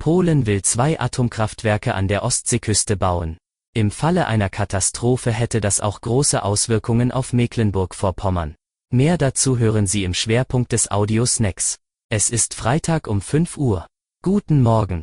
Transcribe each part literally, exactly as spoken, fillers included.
Polen will zwei Atomkraftwerke an der Ostseeküste bauen. Im Falle einer Katastrophe hätte das auch große Auswirkungen auf Mecklenburg-Vorpommern. Mehr dazu hören Sie im Schwerpunkt des Audiosnacks. Es ist Freitag um fünf Uhr. Guten Morgen.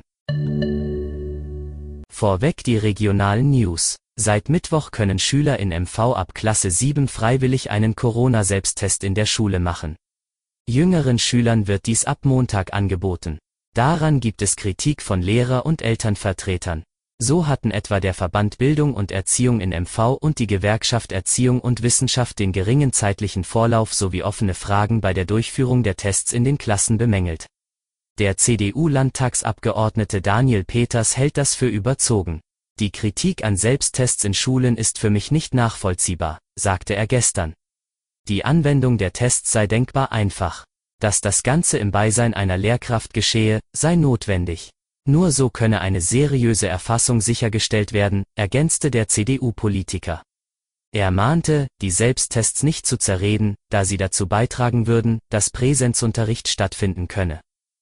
Vorweg die regionalen News. Seit Mittwoch können Schüler in M V ab Klasse sieben freiwillig einen Corona-Selbsttest in der Schule machen. Jüngeren Schülern wird dies ab Montag angeboten. Daran gibt es Kritik von Lehrer- und Elternvertretern. So hatten etwa der Verband Bildung und Erziehung in M V und die Gewerkschaft Erziehung und Wissenschaft den geringen zeitlichen Vorlauf sowie offene Fragen bei der Durchführung der Tests in den Klassen bemängelt. Der C D U-Landtagsabgeordnete Daniel Peters hält das für überzogen. Die Kritik an Selbsttests in Schulen ist für mich nicht nachvollziehbar, sagte er gestern. Die Anwendung der Tests sei denkbar einfach. Dass das Ganze im Beisein einer Lehrkraft geschehe, sei notwendig. Nur so könne eine seriöse Erfassung sichergestellt werden, ergänzte der C D U-Politiker. Er mahnte, die Selbsttests nicht zu zerreden, da sie dazu beitragen würden, dass Präsenzunterricht stattfinden könne.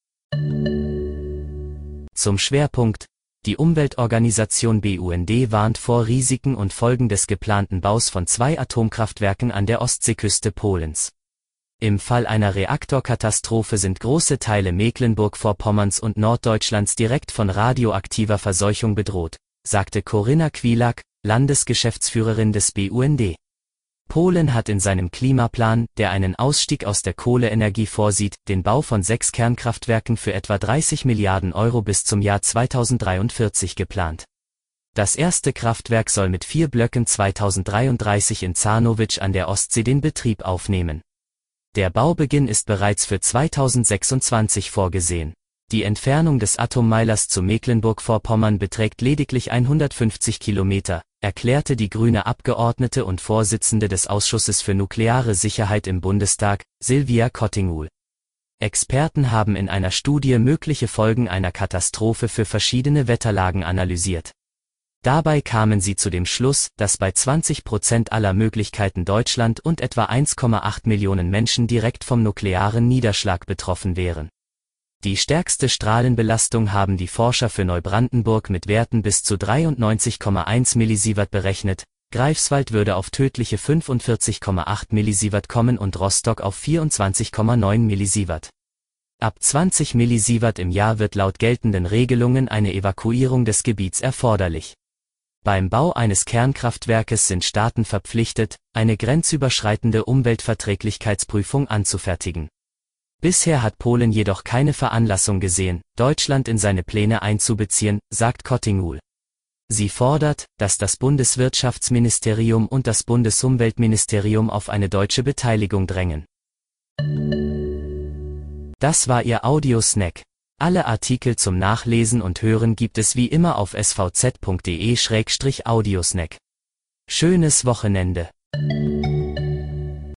Zum Schwerpunkt: Die Umweltorganisation B U N D warnt vor Risiken und Folgen des geplanten Baus von zwei Atomkraftwerken an der Ostseeküste Polens. Im Fall einer Reaktorkatastrophe sind große Teile Mecklenburg-Vorpommerns und Norddeutschlands direkt von radioaktiver Verseuchung bedroht, sagte Corinna Kwilak, Landesgeschäftsführerin des B U N D. Polen hat in seinem Klimaplan, der einen Ausstieg aus der Kohleenergie vorsieht, den Bau von sechs Kernkraftwerken für etwa dreißig Milliarden Euro bis zum Jahr zweitausenddreiundvierzig geplant. Das erste Kraftwerk soll mit vier Blöcken zweitausenddreiunddreißig in Czarnowice an der Ostsee den Betrieb aufnehmen. Der Baubeginn ist bereits für zweitausendsechsundzwanzig vorgesehen. Die Entfernung des Atommeilers zu Mecklenburg-Vorpommern beträgt lediglich hundertfünfzig Kilometer, erklärte die grüne Abgeordnete und Vorsitzende des Ausschusses für nukleare Sicherheit im Bundestag, Silvia Kottingul. Experten haben in einer Studie mögliche Folgen einer Katastrophe für verschiedene Wetterlagen analysiert. Dabei kamen sie zu dem Schluss, dass bei zwanzig Prozent aller Möglichkeiten Deutschland und etwa eins Komma acht Millionen Menschen direkt vom nuklearen Niederschlag betroffen wären. Die stärkste Strahlenbelastung haben die Forscher für Neubrandenburg mit Werten bis zu dreiundneunzig Komma eins Millisievert berechnet, Greifswald würde auf tödliche fünfundvierzig Komma acht Millisievert kommen und Rostock auf vierundzwanzig Komma neun Millisievert. Ab zwanzig Millisievert im Jahr wird laut geltenden Regelungen eine Evakuierung des Gebiets erforderlich. Beim Bau eines Kernkraftwerkes sind Staaten verpflichtet, eine grenzüberschreitende Umweltverträglichkeitsprüfung anzufertigen. Bisher hat Polen jedoch keine Veranlassung gesehen, Deutschland in seine Pläne einzubeziehen, sagt Kottingul. Sie fordert, dass das Bundeswirtschaftsministerium und das Bundesumweltministerium auf eine deutsche Beteiligung drängen. Das war Ihr Audiosnack. Alle Artikel zum Nachlesen und Hören gibt es wie immer auf s v z punkt de slash audiosnack. Schönes Wochenende.